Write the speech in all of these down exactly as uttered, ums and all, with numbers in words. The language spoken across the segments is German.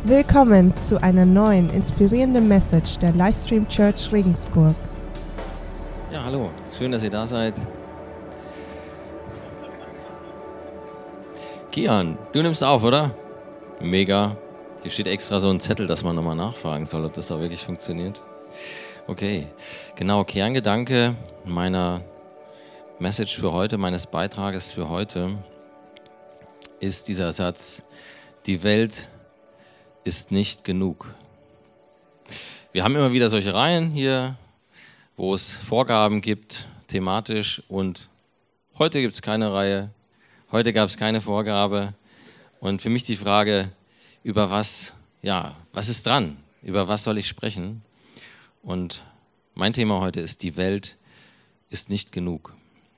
Willkommen zu einer neuen, inspirierenden Message der Livestream Church Regensburg. Ja, hallo. Schön, dass ihr da seid. Kian, du nimmst auf, oder? Mega. Hier steht extra so ein Zettel, dass man nochmal nachfragen soll, ob das auch wirklich funktioniert. Okay, genau. Kerngedanke meiner Message für heute, meines Beitrages für heute, ist dieser Satz: Die Welt ist nicht genug. Wir haben immer wieder solche Reihen hier, wo es Vorgaben gibt, thematisch, und heute gibt es keine Reihe, heute gab es keine Vorgabe. Und für mich die Frage, über was, ja, was ist dran? Über was soll ich sprechen? Und mein Thema heute ist: Die Welt ist nicht genug.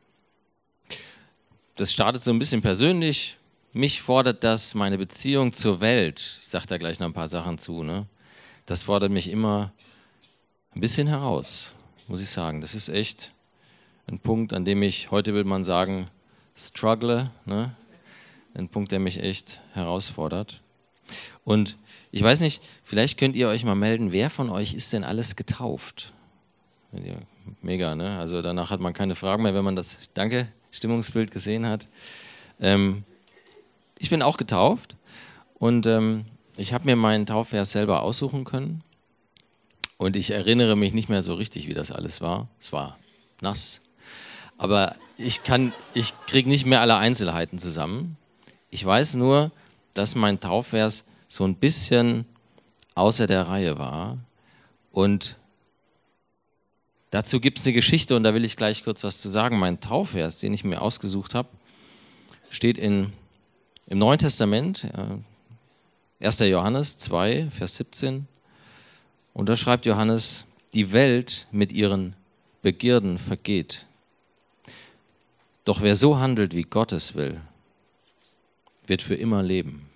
Das startet so ein bisschen persönlich. Mich fordert das, meine Beziehung zur Welt, ich sage da gleich noch ein paar Sachen zu, ne? Das fordert mich immer ein bisschen heraus, muss ich sagen. Das ist echt ein Punkt, an dem ich, heute würde man sagen, struggle, ne? Ein Punkt, der mich echt herausfordert. Und ich weiß nicht, vielleicht könnt ihr euch mal melden, wer von euch ist denn alles getauft? Mega, ne? Also danach hat man keine Fragen mehr, wenn man das, danke, Stimmungsbild gesehen hat. Ähm, ich bin auch getauft und ähm, ich habe mir meinen Taufvers selber aussuchen können und ich erinnere mich nicht mehr so richtig, wie das alles war. Es war nass, aber ich kann, ich kriege nicht mehr alle Einzelheiten zusammen. Ich weiß nur, dass mein Taufvers so ein bisschen außer der Reihe war, und dazu gibt es eine Geschichte, und da will ich gleich kurz was zu sagen. Mein Taufvers, den ich mir ausgesucht habe, steht in, im Neuen Testament, äh, erster Johannes zwei, Vers siebzehn. Und da schreibt Johannes: Die Welt mit ihren Begierden vergeht. Doch wer so handelt, wie Gott es will, wird für immer leben.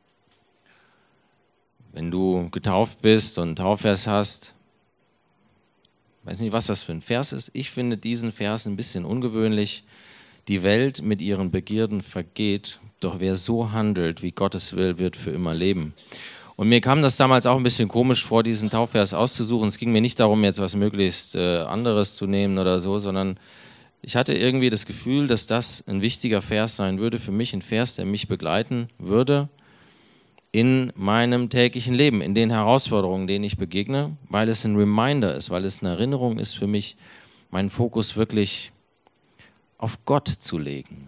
Wenn du getauft bist und einen Taufvers hast, weiß nicht, was das für ein Vers ist. Ich finde diesen Vers ein bisschen ungewöhnlich. Die Welt mit ihren Begierden vergeht, doch wer so handelt, wie Gott es will, wird für immer leben. Und mir kam das damals auch ein bisschen komisch vor, diesen Taufvers auszusuchen. Es ging mir nicht darum, jetzt was möglichst äh, anderes zu nehmen oder so, sondern ich hatte irgendwie das Gefühl, dass das ein wichtiger Vers sein würde für mich, ein Vers, der mich begleiten würde in meinem täglichen Leben, in den Herausforderungen, denen ich begegne, weil es ein Reminder ist, weil es eine Erinnerung ist für mich, meinen Fokus wirklich auf Gott zu legen.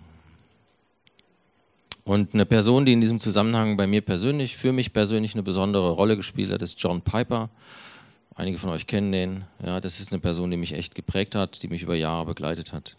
Und eine Person, die in diesem Zusammenhang bei mir persönlich, für mich persönlich eine besondere Rolle gespielt hat, ist John Piper. Einige von euch kennen den. Ja, das ist eine Person, die mich echt geprägt hat, die mich über Jahre begleitet hat.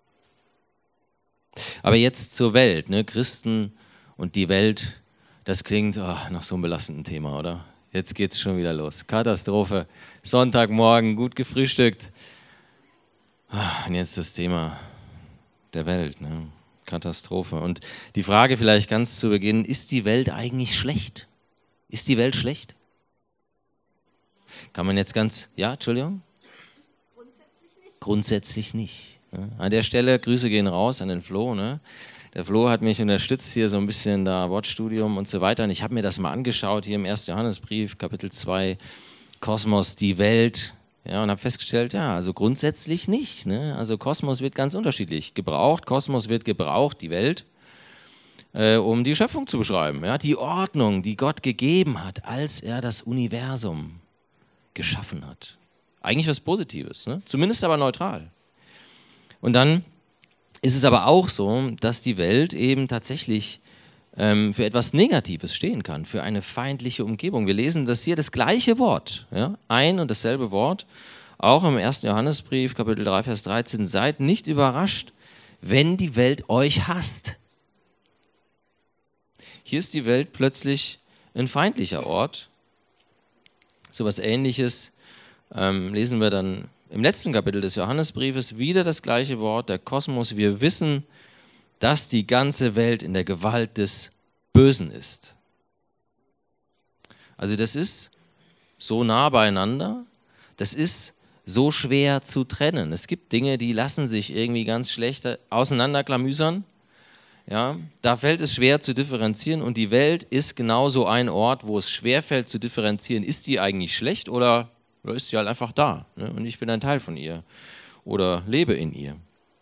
Aber jetzt zur Welt, ne? Christen und die Welt, das klingt oh, nach so einem belastenden Thema, oder? Jetzt geht's schon wieder los. Katastrophe. Sonntagmorgen, gut gefrühstückt. Und jetzt das Thema der Welt, ne? Katastrophe. Und die Frage vielleicht ganz zu Beginn: Ist die Welt eigentlich schlecht? Ist die Welt schlecht? Kann man jetzt ganz, ja, Entschuldigung? Grundsätzlich nicht. Grundsätzlich nicht. Ne? An der Stelle, Grüße gehen raus an den Flo, ne? Der Flo hat mich unterstützt hier so ein bisschen da, Wortstudium und so weiter. Und ich habe mir das mal angeschaut, hier im ersten Johannesbrief, Kapitel zwei, Kosmos, die Welt. Ja, und habe festgestellt, ja, also grundsätzlich nicht. Ne? Also Kosmos wird ganz unterschiedlich gebraucht. Kosmos wird gebraucht, die Welt, äh, um die Schöpfung zu beschreiben. Ja? Die Ordnung, die Gott gegeben hat, als er das Universum geschaffen hat. Eigentlich was Positives, ne? Zumindest aber neutral. Und dann ist es aber auch so, dass die Welt eben tatsächlich ähm, für etwas Negatives stehen kann, für eine feindliche Umgebung. Wir lesen das hier, das gleiche Wort, ja? Ein und dasselbe Wort, auch im ersten Johannesbrief, Kapitel drei, Vers dreizehn. Seid nicht überrascht, wenn die Welt euch hasst. Hier ist die Welt plötzlich ein feindlicher Ort. So etwas Ähnliches ähm, lesen wir dann im letzten Kapitel des Johannesbriefes, wieder das gleiche Wort, der Kosmos. Wir wissen, dass die ganze Welt in der Gewalt des Bösen ist. Also das ist so nah beieinander, das ist so schwer zu trennen. Es gibt Dinge, die lassen sich irgendwie ganz schlecht auseinanderklamüsern. Ja, da fällt es schwer zu differenzieren und die Welt ist genauso ein Ort, wo es schwerfällt zu differenzieren, ist die eigentlich schlecht oder, oder ist sie halt einfach da, ne? Und ich bin ein Teil von ihr oder lebe in ihr.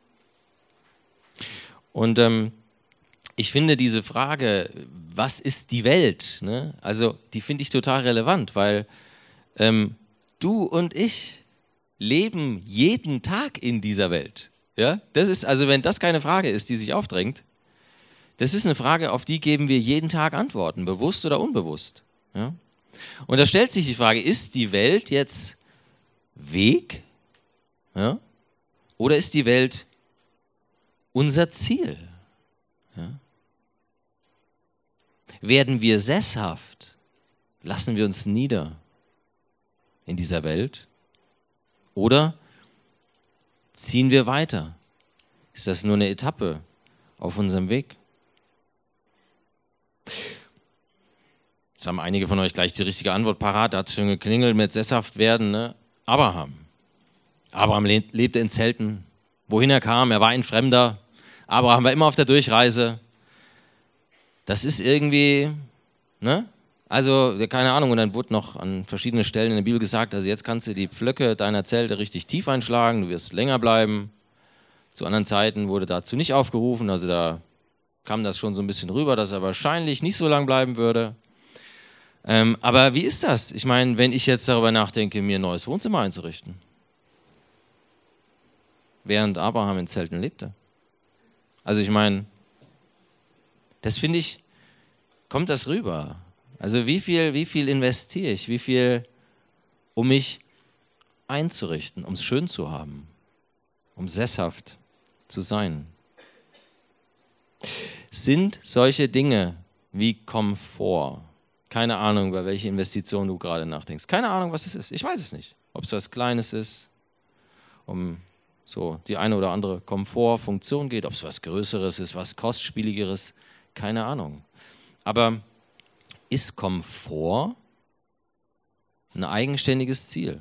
Und ähm, ich finde diese Frage, was ist die Welt, ne? Also die finde ich total relevant, weil ähm, du und ich leben jeden Tag in dieser Welt. Ja? Das ist, also wenn das keine Frage ist, die sich aufdrängt, das ist eine Frage, auf die geben wir jeden Tag Antworten, bewusst oder unbewusst. Ja? Und da stellt sich die Frage, ist die Welt jetzt Weg? Ja? Oder ist die Welt unser Ziel? Ja? Werden wir sesshaft? Lassen wir uns nieder in dieser Welt? Oder ziehen wir weiter? Ist das nur eine Etappe auf unserem Weg? Jetzt haben einige von euch gleich die richtige Antwort parat. Da hat es schon geklingelt mit sesshaft werden. Ne? Abraham. Abraham le- lebte in Zelten. Wohin er kam, er war ein Fremder. Abraham war immer auf der Durchreise. Das ist irgendwie, ne? Also, keine Ahnung, und dann wurde noch an verschiedenen Stellen in der Bibel gesagt, also jetzt kannst du die Pflöcke deiner Zelte richtig tief einschlagen, du wirst länger bleiben. Zu anderen Zeiten wurde dazu nicht aufgerufen, also da kam das schon so ein bisschen rüber, dass er wahrscheinlich nicht so lang bleiben würde. Ähm, aber wie ist das? Ich meine, wenn ich jetzt darüber nachdenke, mir ein neues Wohnzimmer einzurichten, während Abraham in Zelten lebte. Also ich meine, das finde ich, kommt das rüber? Also wie viel, wie viel investiere ich, wie viel, um mich einzurichten, um es schön zu haben, um sesshaft zu sein? Sind solche Dinge wie Komfort, keine Ahnung, über welche Investition du gerade nachdenkst, keine Ahnung, was es ist, ich weiß es nicht, ob es was Kleines ist, um so die eine oder andere Komfortfunktion geht, ob es was Größeres ist, was Kostspieligeres, keine Ahnung. Aber ist Komfort ein eigenständiges Ziel?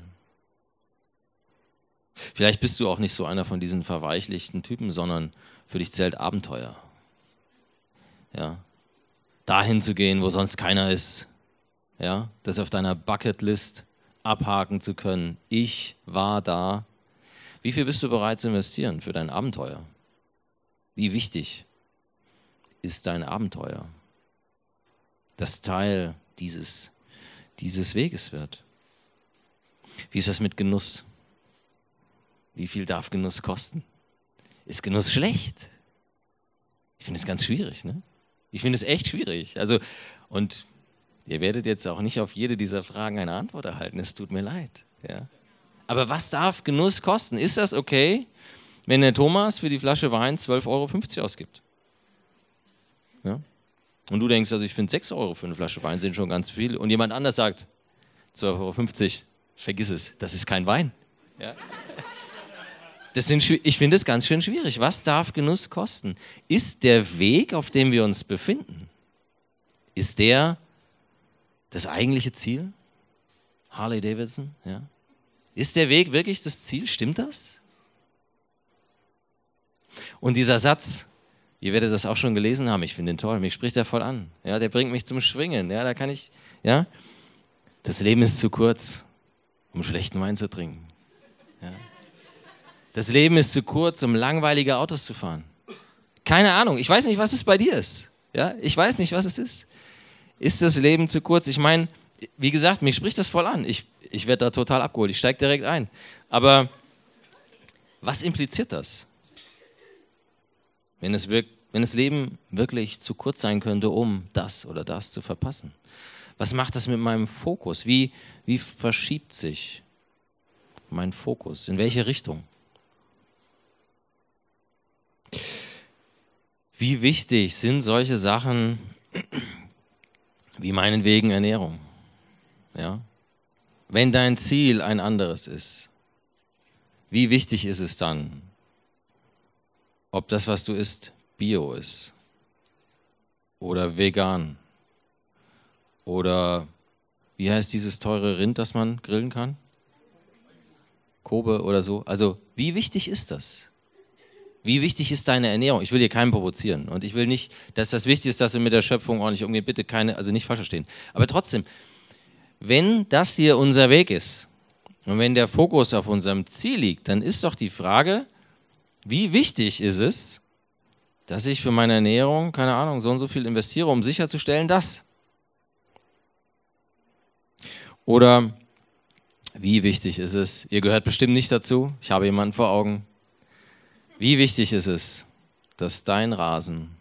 Vielleicht bist du auch nicht so einer von diesen verweichlichten Typen, sondern für dich zählt Abenteuer. Ja, dahin zu gehen, wo sonst keiner ist. Ja, das auf deiner Bucketlist abhaken zu können. Ich war da. Wie viel bist du bereit zu investieren für dein Abenteuer? Wie wichtig ist dein Abenteuer, das Teil dieses, dieses Weges wird? Wie ist das mit Genuss? Wie viel darf Genuss kosten? Ist Genuss schlecht? Ich finde es ganz schwierig, ne? Ich finde es echt schwierig. Also, und ihr werdet jetzt auch nicht auf jede dieser Fragen eine Antwort erhalten. Es tut mir leid. Ja. Aber was darf Genuss kosten? Ist das okay, wenn der Thomas für die Flasche Wein zwölf Euro fünfzig ausgibt? Ja? Und du denkst, also ich finde sechs Euro für eine Flasche Wein sind schon ganz viel. Und jemand anders sagt, zwölf Euro fünfzig, vergiss es, das ist kein Wein. Ja? Das sind, ich finde es ganz schön schwierig. Was darf Genuss kosten? Ist der Weg, auf dem wir uns befinden, ist der das eigentliche Ziel? Harley Davidson? Ja? Ist der Weg wirklich das Ziel? Stimmt das? Und dieser Satz, ihr werdet das auch schon gelesen haben, ich finde ihn toll, mich spricht er voll an. Ja, der bringt mich zum Schwingen. Ja, da kann ich, ja, das Leben ist zu kurz, um schlechten Wein zu trinken. Ja. Das Leben ist zu kurz, um langweilige Autos zu fahren. Keine Ahnung, ich weiß nicht, was es bei dir ist. Ja, ich weiß nicht, was es ist. Ist das Leben zu kurz? Ich meine, wie gesagt, mich spricht das voll an. Ich, ich werde da total abgeholt, ich steige direkt ein. Aber was impliziert das? Wenn es, wirk- wenn das Leben wirklich zu kurz sein könnte, um das oder das zu verpassen. Was macht das mit meinem Fokus? Wie, wie verschiebt sich mein Fokus? In welche Richtung? Wie wichtig sind solche Sachen wie meinetwegen Ernährung? Ja? Wenn dein Ziel ein anderes ist, wie wichtig ist es dann, ob das, was du isst, Bio ist oder vegan oder wie heißt dieses teure Rind, das man grillen kann? Kobe oder so. Also wie wichtig ist das? Wie wichtig ist deine Ernährung? Ich will hier keinen provozieren. Und ich will nicht, dass das wichtig ist, dass wir mit der Schöpfung ordentlich umgehen. Bitte keine, also nicht falsch verstehen. Aber trotzdem, wenn das hier unser Weg ist und wenn der Fokus auf unserem Ziel liegt, dann ist doch die Frage, wie wichtig ist es, dass ich für meine Ernährung, keine Ahnung, so und so viel investiere, um sicherzustellen, dass. Oder wie wichtig ist es, ihr gehört bestimmt nicht dazu, ich habe jemanden vor Augen, wie wichtig ist es, dass dein Rasen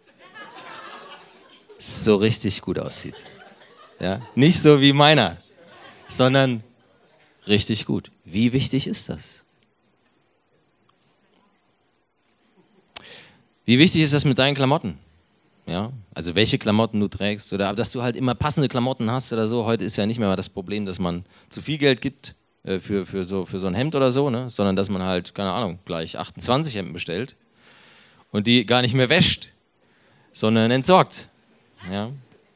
so richtig gut aussieht. Ja? Nicht so wie meiner, sondern richtig gut. Wie wichtig ist das? Wie wichtig ist das mit deinen Klamotten? Ja? Also welche Klamotten du trägst oder dass du halt immer passende Klamotten hast oder so. Heute ist ja nicht mehr das Problem, dass man zu viel Geld gibt äh, für, für, so, für so ein Hemd oder so, ne? Sondern dass man halt, keine Ahnung, gleich achtundzwanzig Hemden bestellt und die gar nicht mehr wäscht, sondern entsorgt. Ja?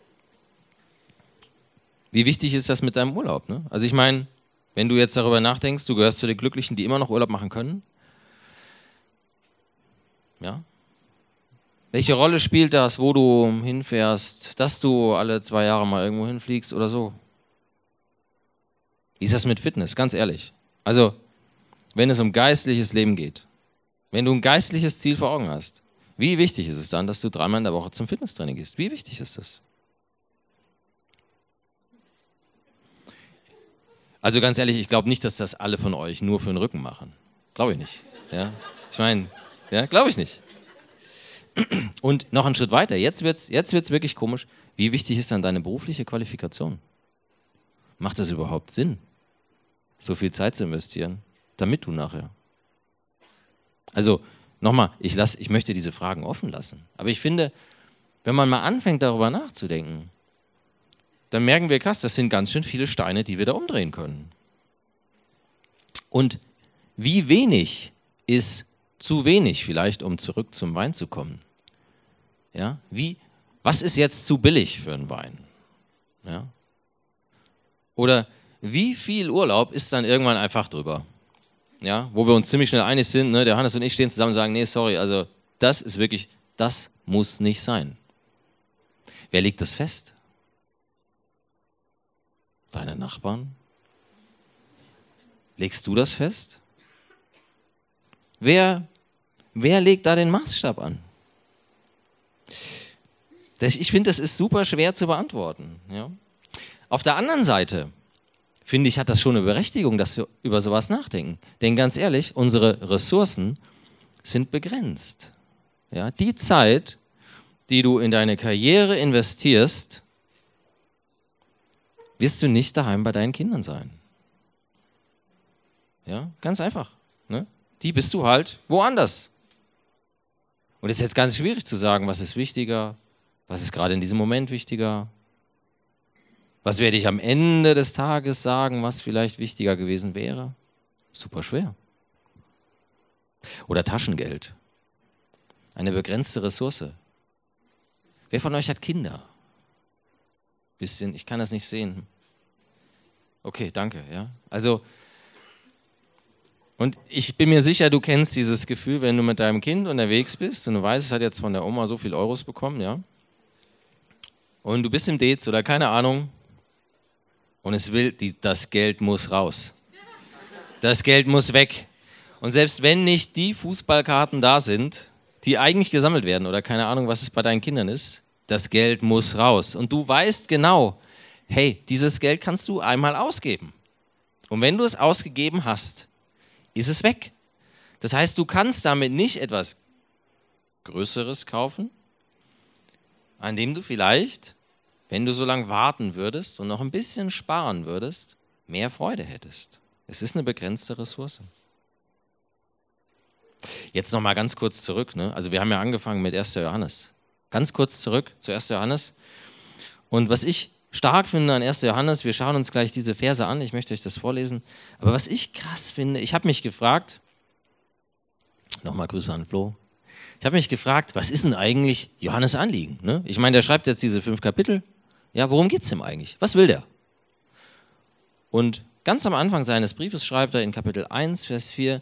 Wie wichtig ist das mit deinem Urlaub? Ne? Also ich meine, wenn du jetzt darüber nachdenkst, du gehörst zu den Glücklichen, die immer noch Urlaub machen können. Ja? Welche Rolle spielt das, wo du hinfährst, dass du alle zwei Jahre mal irgendwo hinfliegst oder so? Wie ist das mit Fitness? Ganz ehrlich. Also, wenn es um geistliches Leben geht, wenn du ein geistliches Ziel vor Augen hast, wie wichtig ist es dann, dass du dreimal in der Woche zum Fitnesstraining gehst? Wie wichtig ist das? Also ganz ehrlich, ich glaube nicht, dass das alle von euch nur für den Rücken machen. Glaube ich nicht. Ja? Ich meine, ja, glaube ich nicht. Und noch einen Schritt weiter, jetzt wird es jetzt wird's wirklich komisch. Wie wichtig ist dann deine berufliche Qualifikation? Macht das überhaupt Sinn, so viel Zeit zu investieren, damit du nachher... Also nochmal, ich, lass, ich möchte diese Fragen offen lassen. Aber ich finde, wenn man mal anfängt, darüber nachzudenken, dann merken wir, krass, das sind ganz schön viele Steine, die wir da umdrehen können. Und wie wenig ist zu wenig, vielleicht, um zurück zum Wein zu kommen? Ja? Wie, was ist jetzt zu billig für einen Wein? Ja? Oder wie viel Urlaub ist dann irgendwann einfach drüber? Ja? Wo wir uns ziemlich schnell einig sind, ne? Der Hannes und ich stehen zusammen und sagen, nee, sorry, also das ist wirklich, das muss nicht sein. Wer legt das fest? Deine Nachbarn? Legst du das fest? Wer, wer legt da den Maßstab an? Ich finde, das ist super schwer zu beantworten. Ja? Auf der anderen Seite, finde ich, hat das schon eine Berechtigung, dass wir über sowas nachdenken. Denn ganz ehrlich, unsere Ressourcen sind begrenzt. Ja? Die Zeit, die du in deine Karriere investierst, wirst du nicht daheim bei deinen Kindern sein. Ja, ganz einfach. Ne? Die bist du halt woanders. Und es ist jetzt ganz schwierig zu sagen, was ist wichtiger, was ist gerade in diesem Moment wichtiger, was werde ich am Ende des Tages sagen, was vielleicht wichtiger gewesen wäre. Super schwer. Oder Taschengeld. Eine begrenzte Ressource. Wer von euch hat Kinder? Bisschen, ich kann das nicht sehen. Okay, danke. Ja. Also, und ich bin mir sicher, du kennst dieses Gefühl, wenn du mit deinem Kind unterwegs bist und du weißt, es hat jetzt von der Oma so viel Euros bekommen, ja. Und du bist im Dates oder keine Ahnung und es will, die, das Geld muss raus. Das Geld muss weg. Und selbst wenn nicht die Fußballkarten da sind, die eigentlich gesammelt werden oder keine Ahnung, was es bei deinen Kindern ist, das Geld muss raus. Und du weißt genau, hey, dieses Geld kannst du einmal ausgeben. Und wenn du es ausgegeben hast, ist es weg. Das heißt, du kannst damit nicht etwas Größeres kaufen, an dem du vielleicht, wenn du so lange warten würdest und noch ein bisschen sparen würdest, mehr Freude hättest. Es ist eine begrenzte Ressource. Jetzt noch mal ganz kurz zurück. Ne? Also wir haben ja angefangen mit erster Johannes. Ganz kurz zurück zu erster Johannes. Und was ich stark finde an erster Johannes, wir schauen uns gleich diese Verse an, ich möchte euch das vorlesen, aber was ich krass finde, ich habe mich gefragt, nochmal Grüße an Flo, ich habe mich gefragt, was ist denn eigentlich Johannes Anliegen? Ne? Ich meine, der schreibt jetzt diese fünf Kapitel, ja, worum geht es ihm eigentlich? Was will der? Und ganz am Anfang seines Briefes schreibt er in Kapitel eins, Vers vier,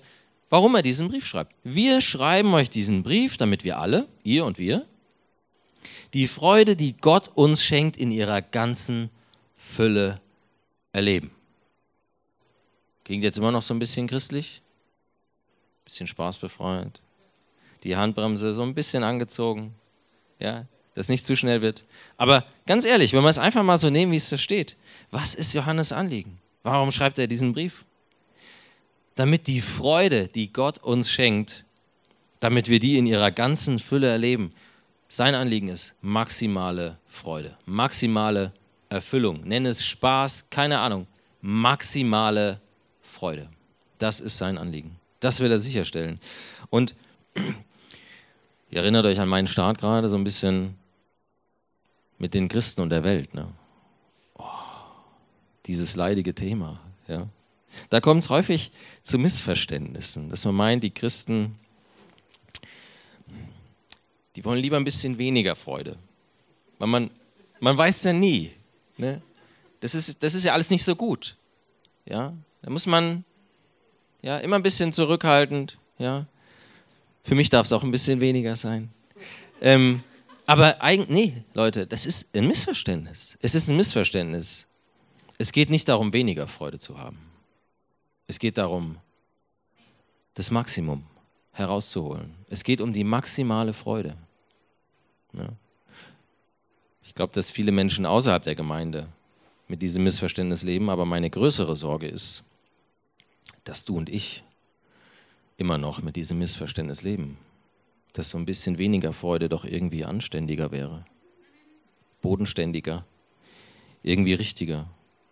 warum er diesen Brief schreibt. Wir schreiben euch diesen Brief, damit wir alle, ihr und wir, die Freude, die Gott uns schenkt, in ihrer ganzen Fülle erleben. Klingt jetzt immer noch so ein bisschen christlich, ein bisschen spaßbefreit, die Handbremse so ein bisschen angezogen, ja, dass nicht zu schnell wird. Aber ganz ehrlich, wenn wir es einfach mal so nehmen, wie es da steht, was ist Johannes Anliegen? Warum schreibt er diesen Brief? Damit die Freude, die Gott uns schenkt, damit wir die in ihrer ganzen Fülle erleben. Sein Anliegen ist maximale Freude, maximale Erfüllung. Nenn es Spaß, keine Ahnung, maximale Freude. Das ist sein Anliegen. Das will er sicherstellen. Und ihr erinnert euch an meinen Start gerade so ein bisschen mit den Christen und der Welt. Ne? Oh, dieses leidige Thema. Ja? Da kommt es häufig zu Missverständnissen, dass man meint, die Christen, die wollen lieber ein bisschen weniger Freude. Weil man, man weiß ja nie. Ne? Das ist, das ist ja alles nicht so gut. Ja? Da muss man ja, immer ein bisschen zurückhaltend. Ja? Für mich darf es auch ein bisschen weniger sein. Ähm, aber eigentlich, nee, Leute, das ist ein Missverständnis. Es ist ein Missverständnis. Es geht nicht darum, weniger Freude zu haben. Es geht darum, das Maximum herauszuholen. Es geht um die maximale Freude. Ja. Ich glaube, dass viele Menschen außerhalb der Gemeinde mit diesem Missverständnis leben, aber meine größere Sorge ist, dass du und ich immer noch mit diesem Missverständnis leben. Dass so ein bisschen weniger Freude doch irgendwie anständiger wäre. Bodenständiger. Irgendwie richtiger.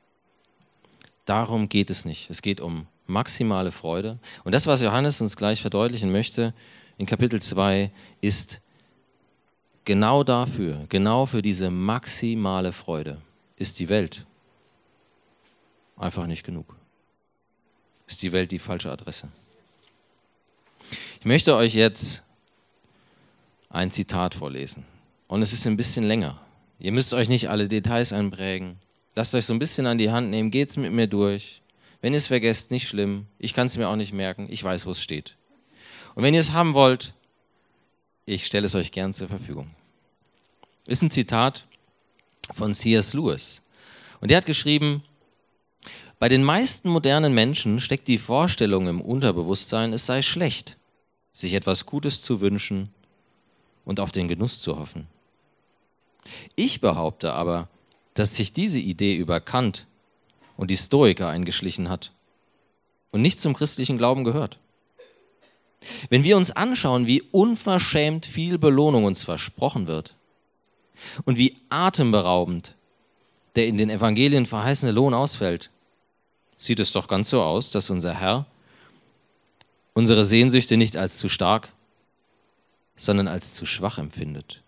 Darum geht es nicht. Es geht um maximale Freude. Und das, was Johannes uns gleich verdeutlichen möchte, in Kapitel zwei, ist genau dafür, genau für diese maximale Freude, ist die Welt einfach nicht genug. Ist die Welt die falsche Adresse. Ich möchte euch jetzt ein Zitat vorlesen. Und es ist ein bisschen länger. Ihr müsst euch nicht alle Details einprägen. Lasst euch so ein bisschen an die Hand nehmen, geht's mit mir durch. Wenn ihr es vergesst, nicht schlimm. Ich kann es mir auch nicht merken. Ich weiß, wo es steht. Und wenn ihr es haben wollt, ich stelle es euch gern zur Verfügung. Ist ein Zitat von C S Lewis. Und der hat geschrieben, bei den meisten modernen Menschen steckt die Vorstellung im Unterbewusstsein, es sei schlecht, sich etwas Gutes zu wünschen und auf den Genuss zu hoffen. Ich behaupte aber, dass sich diese Idee über Kant und die Stoiker eingeschlichen hat und nicht zum christlichen Glauben gehört. Wenn wir uns anschauen, wie unverschämt viel Belohnung uns versprochen wird und wie atemberaubend der in den Evangelien verheißene Lohn ausfällt, sieht es doch ganz so aus, dass unser Herr unsere Sehnsüchte nicht als zu stark, sondern als zu schwach empfindet.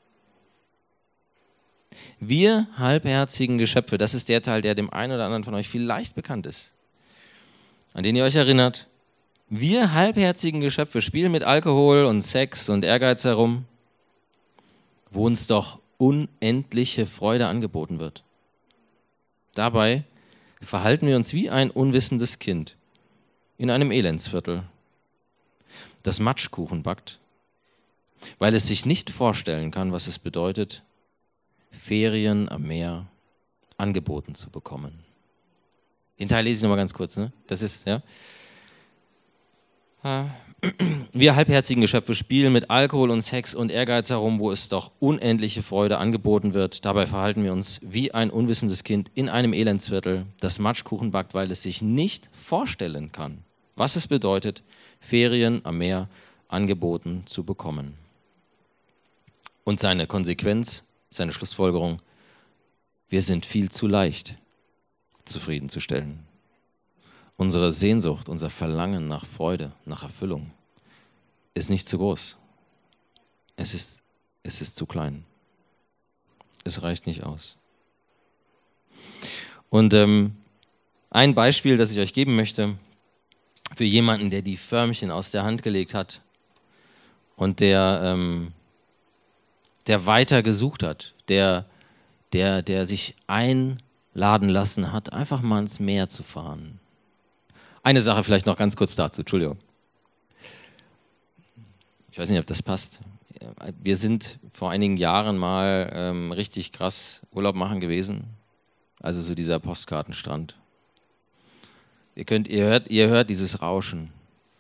Wir halbherzigen Geschöpfe, das ist der Teil, der dem einen oder anderen von euch vielleicht bekannt ist, an den ihr euch erinnert. Wir halbherzigen Geschöpfe spielen mit Alkohol und Sex und Ehrgeiz herum, wo uns doch unendliche Freude angeboten wird. Dabei verhalten wir uns wie ein unwissendes Kind in einem Elendsviertel, das Matschkuchen backt, weil es sich nicht vorstellen kann, was es bedeutet, Ferien am Meer angeboten zu bekommen. Den Teil lese ich nochmal ganz kurz. Ne? Das ist, ja. Wir halbherzigen Geschöpfe spielen mit Alkohol und Sex und Ehrgeiz herum, wo es doch unendliche Freude angeboten wird. Dabei verhalten wir uns wie ein unwissendes Kind in einem Elendsviertel, das Matschkuchen backt, weil es sich nicht vorstellen kann, was es bedeutet, Ferien am Meer angeboten zu bekommen. Und seine Konsequenz, seine Schlussfolgerung, wir sind viel zu leicht zufriedenzustellen. Unsere Sehnsucht, unser Verlangen nach Freude, nach Erfüllung ist nicht zu groß. Es ist, es ist zu klein. Es reicht nicht aus. Und ähm, ein Beispiel, das ich euch geben möchte, für jemanden, der die Förmchen aus der Hand gelegt hat und der, ähm, der weiter gesucht hat, der, der, der sich einladen lassen hat, einfach mal ins Meer zu fahren. Eine Sache vielleicht noch ganz kurz dazu, Entschuldigung. Ich weiß nicht, ob das passt. Wir sind vor einigen Jahren mal ähm, richtig krass Urlaub machen gewesen. Also so dieser Postkartenstrand. Ihr könnt, ihr hört, ihr hört dieses Rauschen.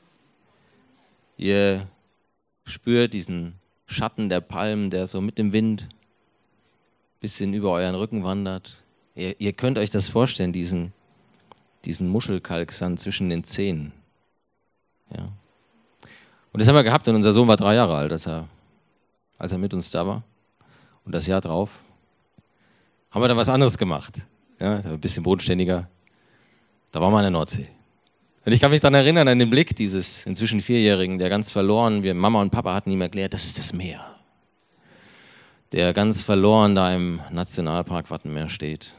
Ihr spürt diesen Schatten der Palmen, der so mit dem Wind ein bisschen über euren Rücken wandert. Ihr, ihr könnt euch das vorstellen, diesen, diesen Muschelkalksand zwischen den Zähnen. Ja. Und das haben wir gehabt und unser Sohn war drei Jahre alt, als er, als er mit uns da war. Und das Jahr drauf haben wir dann was anderes gemacht. Ja, ein bisschen bodenständiger. Da waren wir an der Nordsee. Und ich kann mich daran erinnern, an den Blick dieses inzwischen Vierjährigen, der ganz verloren, wir Mama und Papa hatten ihm erklärt, das ist das Meer. Der ganz verloren da im Nationalpark Wattenmeer steht.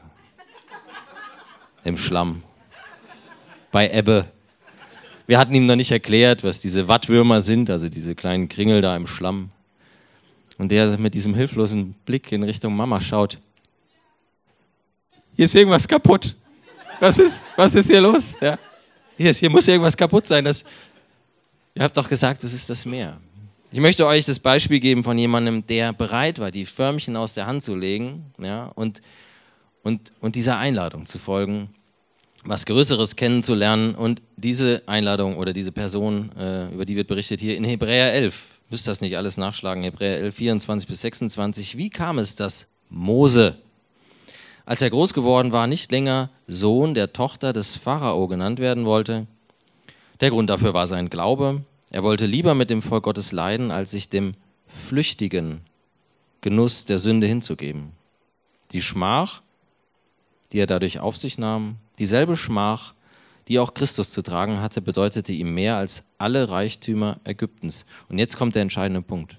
Im Schlamm. Bei Ebbe. Wir hatten ihm noch nicht erklärt, was diese Wattwürmer sind, also diese kleinen Kringel da im Schlamm. Und der mit diesem hilflosen Blick in Richtung Mama schaut. Hier ist irgendwas kaputt. Was ist, was ist hier los? Ja. Hier, ist, hier muss irgendwas kaputt sein. Das, ihr habt doch gesagt, das ist das Meer. Ich möchte euch das Beispiel geben von jemandem, der bereit war, die Förmchen aus der Hand zu legen, ja, und, und, und dieser Einladung zu folgen, was Größeres kennenzulernen. Und diese Einladung oder diese Person, äh, über die wird berichtet hier in Hebräer elf. Müsst das nicht alles nachschlagen, Hebräer elf, vierundzwanzig bis sechsundzwanzig. Wie kam es, dass Mose, als er groß geworden war, nicht länger Sohn der Tochter des Pharao genannt werden wollte? Der Grund dafür war sein Glaube. Er wollte lieber mit dem Volk Gottes leiden, als sich dem flüchtigen Genuss der Sünde hinzugeben. Die Schmach, die er dadurch auf sich nahm, dieselbe Schmach, die auch Christus zu tragen hatte, bedeutete ihm mehr als alle Reichtümer Ägyptens. Und jetzt kommt der entscheidende Punkt.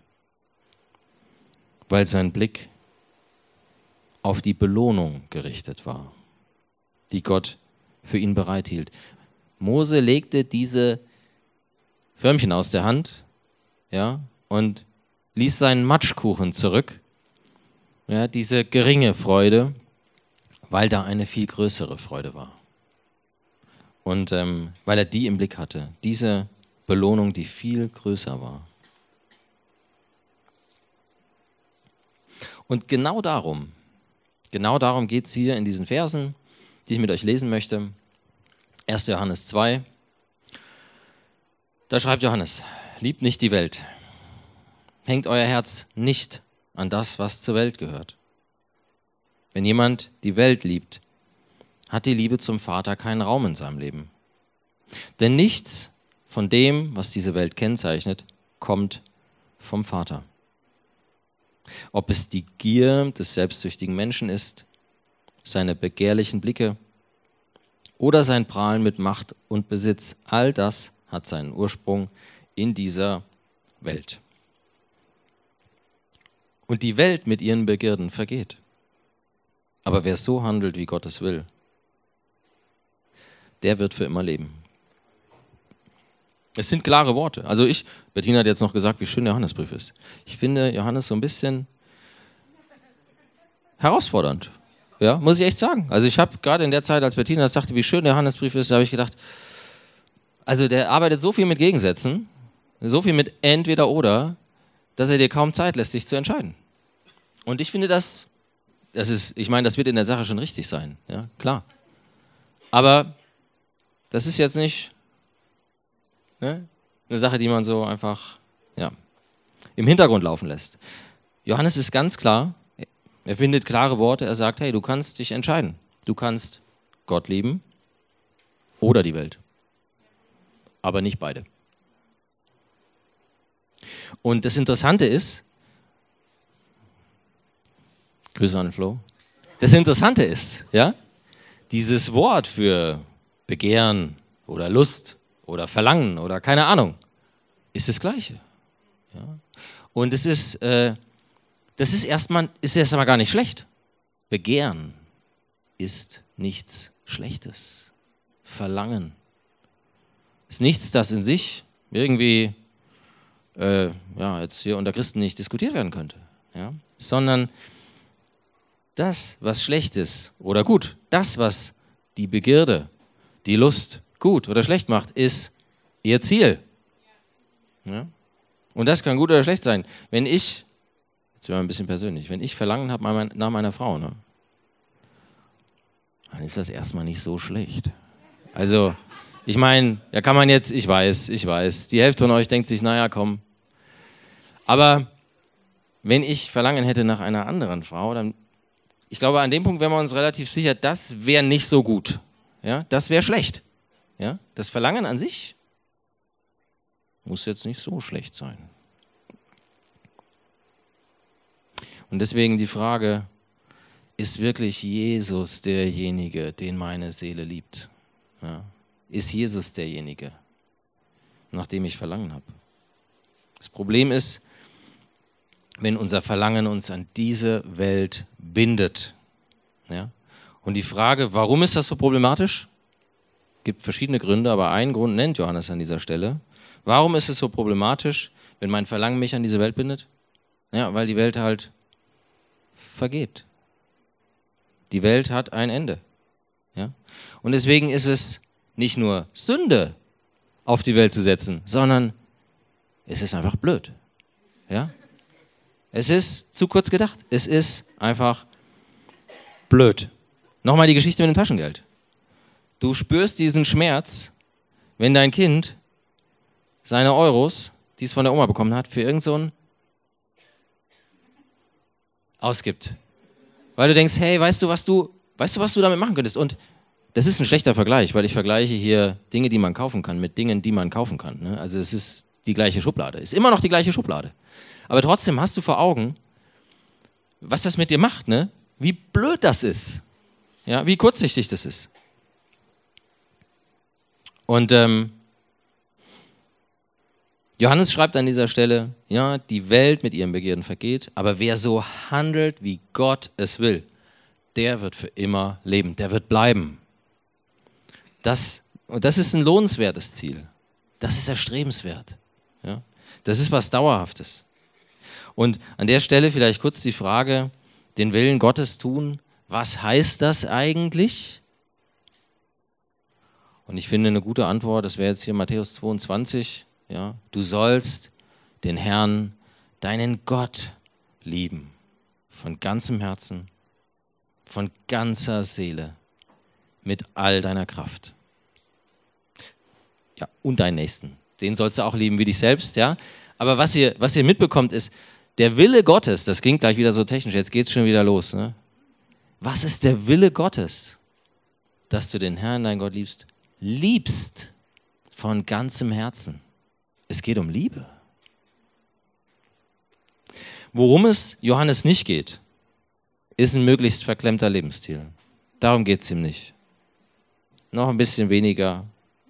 Weil sein Blick auf die Belohnung gerichtet war, die Gott für ihn bereithielt. Mose legte diese Förmchen aus der Hand, ja, und ließ seinen Matschkuchen zurück. Ja, diese geringe Freude, weil da eine viel größere Freude war. Und ähm, weil er die im Blick hatte, diese Belohnung, die viel größer war. Und genau darum, genau darum geht es hier in diesen Versen, die ich mit euch lesen möchte. erster Johannes zwei. Da schreibt Johannes: Liebt nicht die Welt. Hängt euer Herz nicht an das, was zur Welt gehört. Wenn jemand die Welt liebt, hat die Liebe zum Vater keinen Raum in seinem Leben. Denn nichts von dem, was diese Welt kennzeichnet, kommt vom Vater. Ob es die Gier des selbstsüchtigen Menschen ist, seine begehrlichen Blicke oder sein Prahlen mit Macht und Besitz, all das hat seinen Ursprung in dieser Welt. Und die Welt mit ihren Begierden vergeht. Aber wer so handelt, wie Gott es will, der wird für immer leben. Es sind klare Worte. Also ich, Bettina hat jetzt noch gesagt, wie schön der Johannesbrief ist. Ich finde Johannes so ein bisschen herausfordernd. Ja, muss ich echt sagen. Also ich habe gerade in der Zeit, als Bettina das sagte, wie schön der Johannesbrief ist, da habe ich gedacht, also der arbeitet so viel mit Gegensätzen, so viel mit entweder oder, dass er dir kaum Zeit lässt, sich zu entscheiden. Und ich finde das, das ist, ich meine, das wird in der Sache schon richtig sein, ja, klar. Aber das ist jetzt nicht ne, eine Sache, die man so einfach ja, im Hintergrund laufen lässt. Johannes ist ganz klar, er findet klare Worte, er sagt, hey, du kannst dich entscheiden. Du kannst Gott lieben oder die Welt. Aber nicht beide. Und das Interessante ist, Grüße an Flo, das Interessante ist, ja, dieses Wort für Begehren oder Lust oder Verlangen oder keine Ahnung, ist das Gleiche. Ja. Und es ist, äh, das ist erstmal, ist erstmal gar nicht schlecht. Begehren ist nichts Schlechtes. Verlangen ist nichts, das in sich irgendwie äh, ja, jetzt hier unter Christen nicht diskutiert werden könnte. Ja? Sondern das, was schlecht ist oder gut, das, was die Begierde, die Lust gut oder schlecht macht, ist ihr Ziel. Ja? Und das kann gut oder schlecht sein. Wenn ich, jetzt werden wir ein bisschen persönlich, wenn ich Verlangen habe nach meiner Frau, ne, dann ist das erstmal nicht so schlecht. Also, ich meine, da kann man jetzt, ich weiß, ich weiß, die Hälfte von euch denkt sich, naja, komm. Aber wenn ich Verlangen hätte nach einer anderen Frau, dann, ich glaube, an dem Punkt wären wir uns relativ sicher, das wäre nicht so gut. Ja, das wäre schlecht. Ja, das Verlangen an sich muss jetzt nicht so schlecht sein. Und deswegen die Frage, ist wirklich Jesus derjenige, den meine Seele liebt? Ja. Ist Jesus derjenige, nach dem ich Verlangen habe? Das Problem ist, wenn unser Verlangen uns an diese Welt bindet. Ja. Und die Frage, warum ist das so problematisch? Es gibt verschiedene Gründe, aber einen Grund nennt Johannes an dieser Stelle. Warum ist es so problematisch, wenn mein Verlangen mich an diese Welt bindet? Ja, weil die Welt halt vergeht. Die Welt hat ein Ende. Ja? Und deswegen ist es nicht nur Sünde, auf die Welt zu setzen, sondern es ist einfach blöd. Ja? Es ist zu kurz gedacht. Es ist einfach blöd. Nochmal die Geschichte mit dem Taschengeld. Du spürst diesen Schmerz, wenn dein Kind seine Euros, die es von der Oma bekommen hat, für irgend so ein ausgibt. Weil du denkst, hey, weißt du, was du, weißt du, was du damit machen könntest? Und das ist ein schlechter Vergleich, weil ich vergleiche hier Dinge, die man kaufen kann, mit Dingen, die man kaufen kann. Ne? Also es ist die gleiche Schublade. Ist immer noch die gleiche Schublade. Aber trotzdem hast du vor Augen, was das mit dir macht, ne? Wie blöd das ist. Ja, wie kurzsichtig das ist. Und ähm, Johannes schreibt an dieser Stelle, ja, die Welt mit ihren Begierden vergeht, aber wer so handelt, wie Gott es will, der wird für immer leben, der wird bleiben. Das, und das ist ein lohnenswertes Ziel. Das ist erstrebenswert. Ja? Das ist was Dauerhaftes. Und an der Stelle vielleicht kurz die Frage, den Willen Gottes tun, was heißt das eigentlich? Und ich finde eine gute Antwort, das wäre jetzt hier Matthäus zweiundzwanzig, ja, du sollst den Herrn, deinen Gott lieben, von ganzem Herzen, von ganzer Seele, mit all deiner Kraft. Ja, und deinen Nächsten, den sollst du auch lieben wie dich selbst, ja. Aber was ihr, was ihr mitbekommt ist, der Wille Gottes, das klingt gleich wieder so technisch, jetzt geht's schon wieder los, ne? Was ist der Wille Gottes? Dass du den Herrn, deinen Gott liebst, liebst von ganzem Herzen. Es geht um Liebe. Worum es Johannes nicht geht, ist ein möglichst verklemmter Lebensstil. Darum geht es ihm nicht. Noch ein bisschen weniger.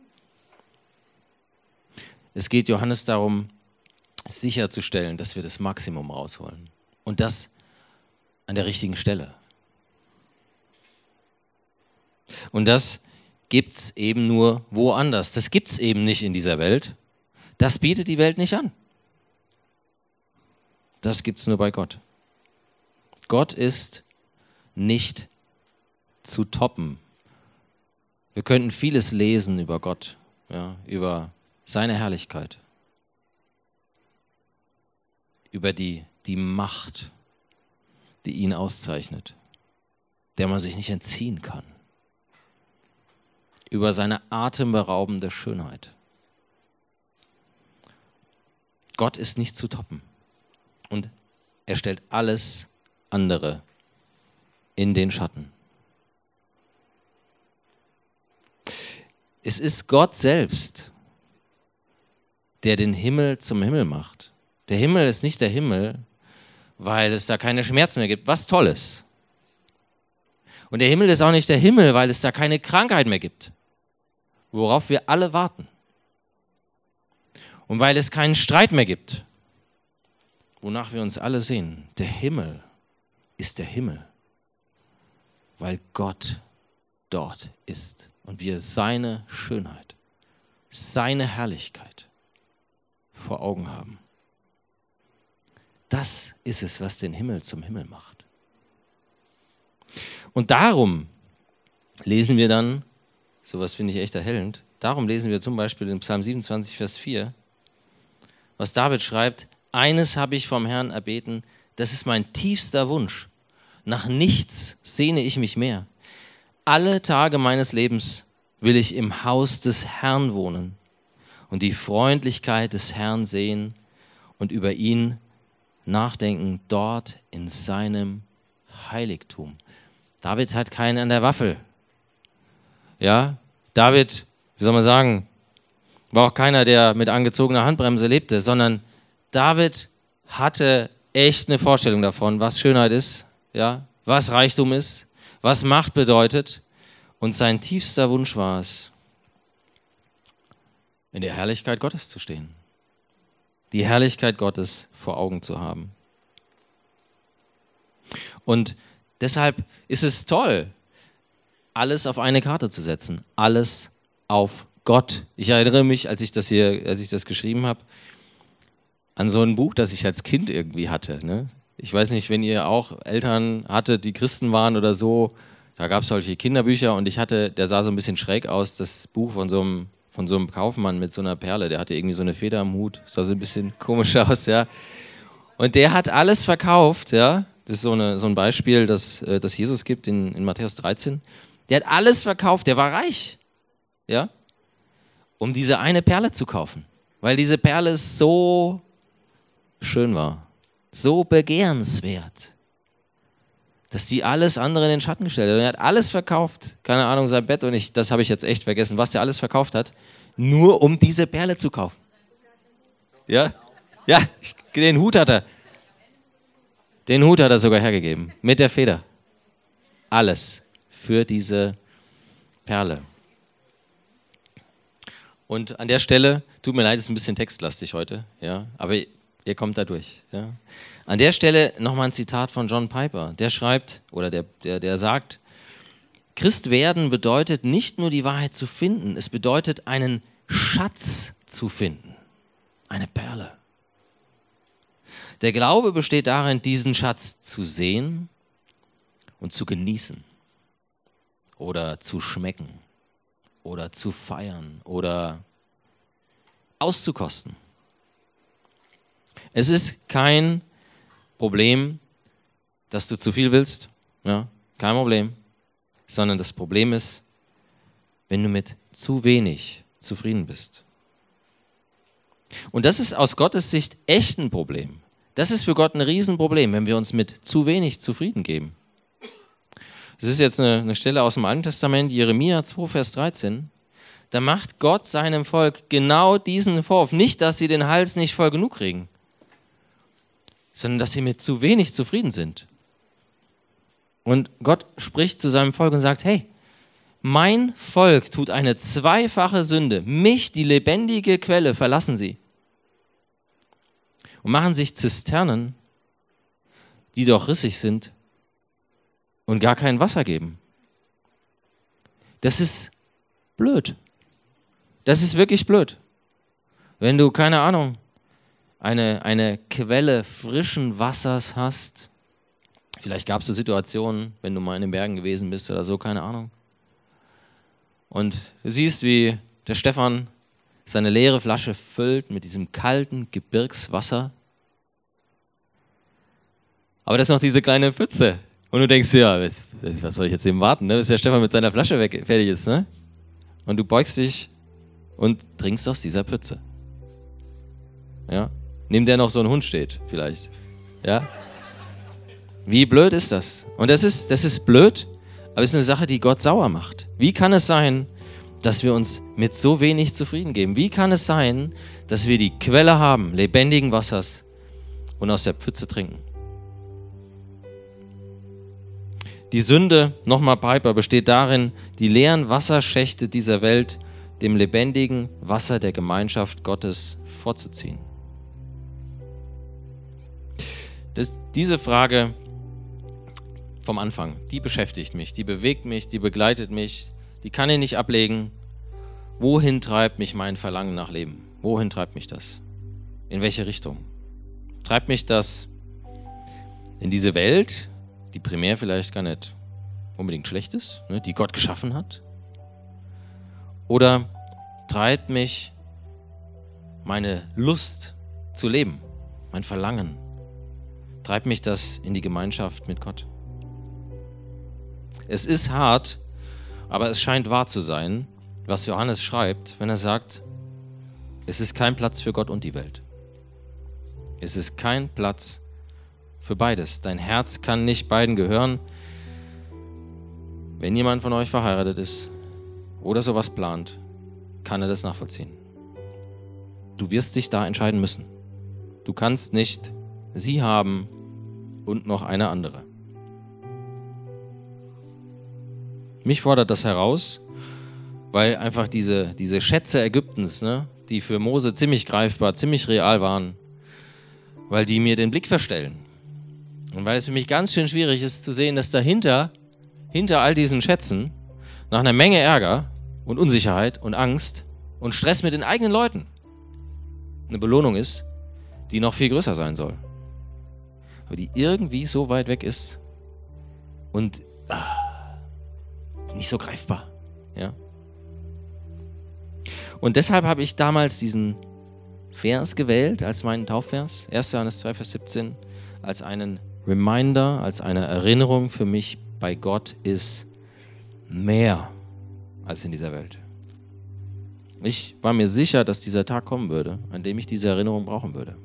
Es geht Johannes darum, sicherzustellen, dass wir das Maximum rausholen. Und das an der richtigen Stelle. Und das gibt es eben nur woanders. Das gibt es eben nicht in dieser Welt. Das bietet die Welt nicht an. Das gibt es nur bei Gott. Gott ist nicht zu toppen. Wir könnten vieles lesen über Gott, ja, über seine Herrlichkeit, über die, die Macht, die ihn auszeichnet, der man sich nicht entziehen kann, über seine atemberaubende Schönheit. Gott ist nicht zu toppen und er stellt alles andere in den Schatten. Es ist Gott selbst, der den Himmel zum Himmel macht. Der Himmel ist nicht der Himmel, weil es da keine Schmerzen mehr gibt, was toll ist. Und der Himmel ist auch nicht der Himmel, weil es da keine Krankheit mehr gibt, worauf wir alle warten. Und weil es keinen Streit mehr gibt, wonach wir uns alle sehen. Der Himmel ist der Himmel, weil Gott dort ist und wir seine Schönheit, seine Herrlichkeit vor Augen haben. Das ist es, was den Himmel zum Himmel macht. Und darum lesen wir dann, sowas finde ich echt erhellend, darum lesen wir zum Beispiel in Psalm siebenundzwanzig, Vers vier, was David schreibt: Eines habe ich vom Herrn erbeten, das ist mein tiefster Wunsch. Nach nichts sehne ich mich mehr. Alle Tage meines Lebens will ich im Haus des Herrn wohnen und die Freundlichkeit des Herrn sehen und über ihn nachdenken, dort in seinem Heiligtum. David hat keinen an der Waffel. Ja, David, wie soll man sagen, war auch keiner, der mit angezogener Handbremse lebte, sondern David hatte echt eine Vorstellung davon, was Schönheit ist, ja, was Reichtum ist, was Macht bedeutet. Und sein tiefster Wunsch war es, in der Herrlichkeit Gottes zu stehen. Die Herrlichkeit Gottes vor Augen zu haben. Und deshalb ist es toll, alles auf eine Karte zu setzen. Alles auf Gott. Ich erinnere mich, als ich das hier, als ich das geschrieben habe, an so ein Buch, das ich als Kind irgendwie hatte. Ne? Ich weiß nicht, wenn ihr auch Eltern hattet, die Christen waren oder so, da gab es solche Kinderbücher und ich hatte, der sah so ein bisschen schräg aus, das Buch von so einem, von so einem Kaufmann mit so einer Perle, der hatte irgendwie so eine Feder am Hut, sah so ein bisschen komisch aus, ja. Und der hat alles verkauft, ja. Das ist so, eine, so ein Beispiel, das, das Jesus gibt in, in Matthäus dreizehn. Der hat alles verkauft, der war reich, ja, um diese eine Perle zu kaufen, weil diese Perle so schön war, so begehrenswert, dass die alles andere in den Schatten gestellt hat. Und er hat alles verkauft, keine Ahnung, sein Bett und ich, das habe ich jetzt echt vergessen, was der alles verkauft hat, nur um diese Perle zu kaufen. Ja, ja, den Hut hat er, den Hut hat er sogar hergegeben, mit der Feder. Alles für diese Perle. Und an der Stelle, tut mir leid, ist ein bisschen textlastig heute, ja, aber ihr kommt da durch. Ja. An der Stelle nochmal ein Zitat von John Piper. Der schreibt, oder der, der, der sagt, Christ werden bedeutet nicht nur die Wahrheit zu finden, es bedeutet einen Schatz zu finden. Eine Perle. Der Glaube besteht darin, diesen Schatz zu sehen und zu genießen. Oder zu schmecken. Oder zu feiern. Oder auszukosten. Es ist kein Problem, dass du zu viel willst, ja, kein Problem, sondern das Problem ist, wenn du mit zu wenig zufrieden bist. Und das ist aus Gottes Sicht echt ein Problem. Das ist für Gott ein Riesenproblem, wenn wir uns mit zu wenig zufrieden geben. Das ist jetzt eine, eine Stelle aus dem Alten Testament, Jeremia zwei, Vers dreizehn. Da macht Gott seinem Volk genau diesen Vorwurf. Nicht, dass sie den Hals nicht voll genug kriegen, sondern dass sie mit zu wenig zufrieden sind. Und Gott spricht zu seinem Volk und sagt, hey, mein Volk tut eine zweifache Sünde. Mich, die lebendige Quelle, verlassen sie. Und machen sich Zisternen, die doch rissig sind und gar kein Wasser geben. Das ist blöd. Das ist wirklich blöd. Wenn du, keine Ahnung, Eine, eine Quelle frischen Wassers hast. Vielleicht gab es so Situationen, wenn du mal in den Bergen gewesen bist oder so, keine Ahnung. Und du siehst, wie der Stefan seine leere Flasche füllt mit diesem kalten Gebirgswasser. Aber das ist noch diese kleine Pfütze. Und du denkst, ja, was soll ich jetzt eben warten, ne? bis der Stefan mit seiner Flasche weg, fertig ist. Ne? Und du beugst dich und trinkst aus dieser Pfütze. Ja? Neben der noch so ein Hund steht, vielleicht. Ja? Wie blöd ist das? Und das ist, das ist blöd, aber es ist eine Sache, die Gott sauer macht. Wie kann es sein, dass wir uns mit so wenig zufrieden geben? Wie kann es sein, dass wir die Quelle haben, lebendigen Wassers und aus der Pfütze trinken? Die Sünde, nochmal Piper, besteht darin, die leeren Wasserschächte dieser Welt dem lebendigen Wasser der Gemeinschaft Gottes vorzuziehen. Das, diese Frage vom Anfang, die beschäftigt mich, die bewegt mich, die begleitet mich, die kann ich nicht ablegen. Wohin treibt mich mein Verlangen nach Leben? Wohin treibt mich das? In welche Richtung? Treibt mich das in diese Welt, die primär vielleicht gar nicht unbedingt schlecht ist, ne, die Gott geschaffen hat? Oder treibt mich meine Lust zu leben, mein Verlangen? Treibt mich das in die Gemeinschaft mit Gott? Es ist hart, aber es scheint wahr zu sein, was Johannes schreibt, wenn er sagt, es ist kein Platz für Gott und die Welt. Es ist kein Platz für beides. Dein Herz kann nicht beiden gehören. Wenn jemand von euch verheiratet ist oder sowas plant, kann er das nachvollziehen. Du wirst dich da entscheiden müssen. Du kannst nicht sie haben und noch eine andere. Mich fordert das heraus, weil einfach diese, diese Schätze Ägyptens, ne, die für Mose ziemlich greifbar, ziemlich real waren, weil die mir den Blick verstellen. Und weil es für mich ganz schön schwierig ist zu sehen, dass dahinter, hinter all diesen Schätzen, nach einer Menge Ärger und Unsicherheit und Angst und Stress mit den eigenen Leuten eine Belohnung ist, die noch viel größer sein soll. Aber die irgendwie so weit weg ist und ah, nicht so greifbar. Ja? Und deshalb habe ich damals diesen Vers gewählt als meinen Taufvers, erster Johannes zwei, Vers siebzehn, als einen Reminder, als eine Erinnerung für mich, bei Gott ist mehr als in dieser Welt. Ich war mir sicher, dass dieser Tag kommen würde, an dem ich diese Erinnerung brauchen würde.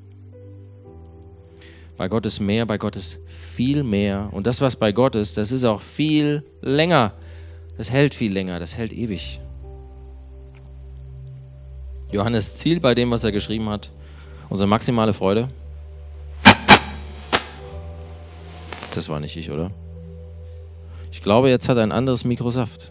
Bei Gott ist mehr, bei Gott ist viel mehr. Und das, was bei Gott ist, das ist auch viel länger. Das hält viel länger, das hält ewig. Johannes Ziel bei dem, was er geschrieben hat, unsere maximale Freude. Das war nicht ich, oder? Ich glaube, jetzt hat ein anderes Mikro Saft.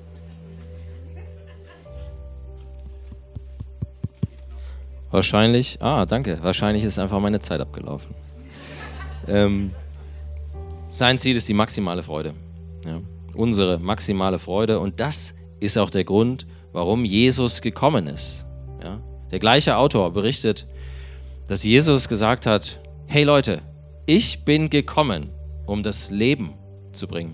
Wahrscheinlich, ah, danke, wahrscheinlich ist einfach meine Zeit abgelaufen. Ähm, sein Ziel ist die maximale Freude. Ja, unsere maximale Freude. Und das ist auch der Grund, warum Jesus gekommen ist. Ja, der gleiche Autor berichtet, dass Jesus gesagt hat, hey Leute, ich bin gekommen, um das Leben zu bringen.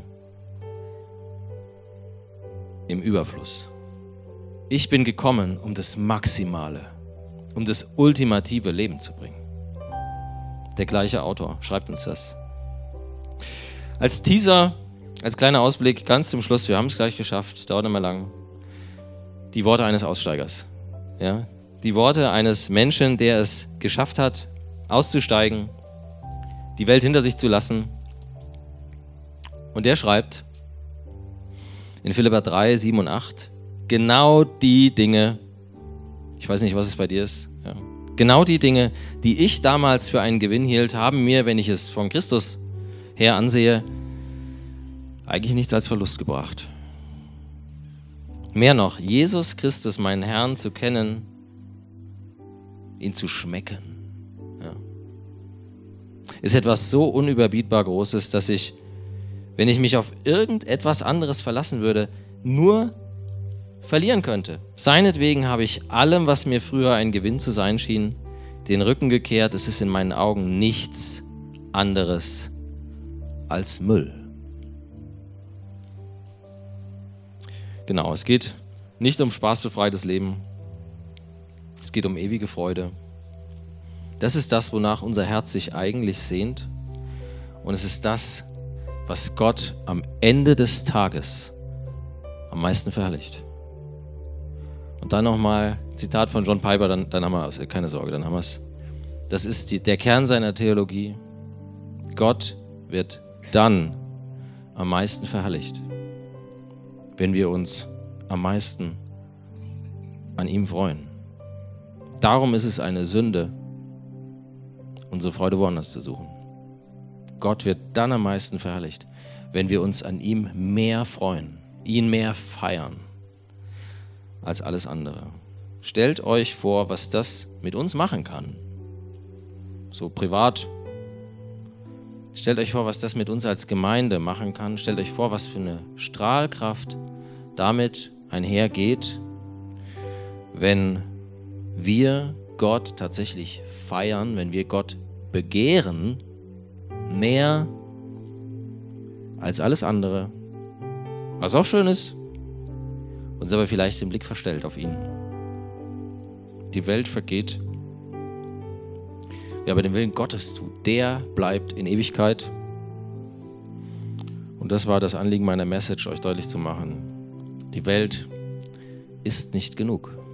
Im Überfluss. Ich bin gekommen, um das Maximale, um das ultimative Leben zu bringen. Der gleiche Autor schreibt uns das. Als Teaser, als kleiner Ausblick, ganz zum Schluss, wir haben es gleich geschafft, dauert nicht mehr lang, die Worte eines Aussteigers. Ja? Die Worte eines Menschen, der es geschafft hat, auszusteigen, die Welt hinter sich zu lassen. Und der schreibt in Philipper drei, sieben und acht, genau die Dinge, ich weiß nicht, was es bei dir ist, ja, genau die Dinge, die ich damals für einen Gewinn hielt, haben mir, wenn ich es von Christus her ansehe, eigentlich nichts als Verlust gebracht. Mehr noch, Jesus Christus, meinen Herrn, zu kennen, ihn zu schmecken, ja, ist etwas so unüberbietbar Großes, dass ich, wenn ich mich auf irgendetwas anderes verlassen würde, nur verlieren könnte. Seinetwegen habe ich allem, was mir früher ein Gewinn zu sein schien, den Rücken gekehrt. Es ist in meinen Augen nichts anderes als Müll. Genau, es geht nicht um spaßbefreites Leben. Es geht um ewige Freude. Das ist das, wonach unser Herz sich eigentlich sehnt. Und es ist das, was Gott am Ende des Tages am meisten verherrlicht. Und dann nochmal Zitat von John Piper, dann, dann haben wir es, keine Sorge, dann haben wir es. Das ist die, der Kern seiner Theologie. Gott wird dann am meisten verherrlicht, wenn wir uns am meisten an ihm freuen. Darum ist es eine Sünde, unsere Freude woanders zu suchen. Gott wird dann am meisten verherrlicht, wenn wir uns an ihm mehr freuen, ihn mehr feiern als alles andere. Stellt euch vor, was das mit uns machen kann. So privat. Stellt euch vor, was das mit uns als Gemeinde machen kann. Stellt euch vor, was für eine Strahlkraft damit einhergeht, wenn wir Gott tatsächlich feiern, wenn wir Gott begehren, mehr als alles andere, was auch schön ist, uns aber vielleicht den Blick verstellt auf ihn. Die Welt vergeht, wer aber den Willen Gottes tut, der bleibt in Ewigkeit. Und das war das Anliegen meiner Message, euch deutlich zu machen. Die Welt ist nicht genug.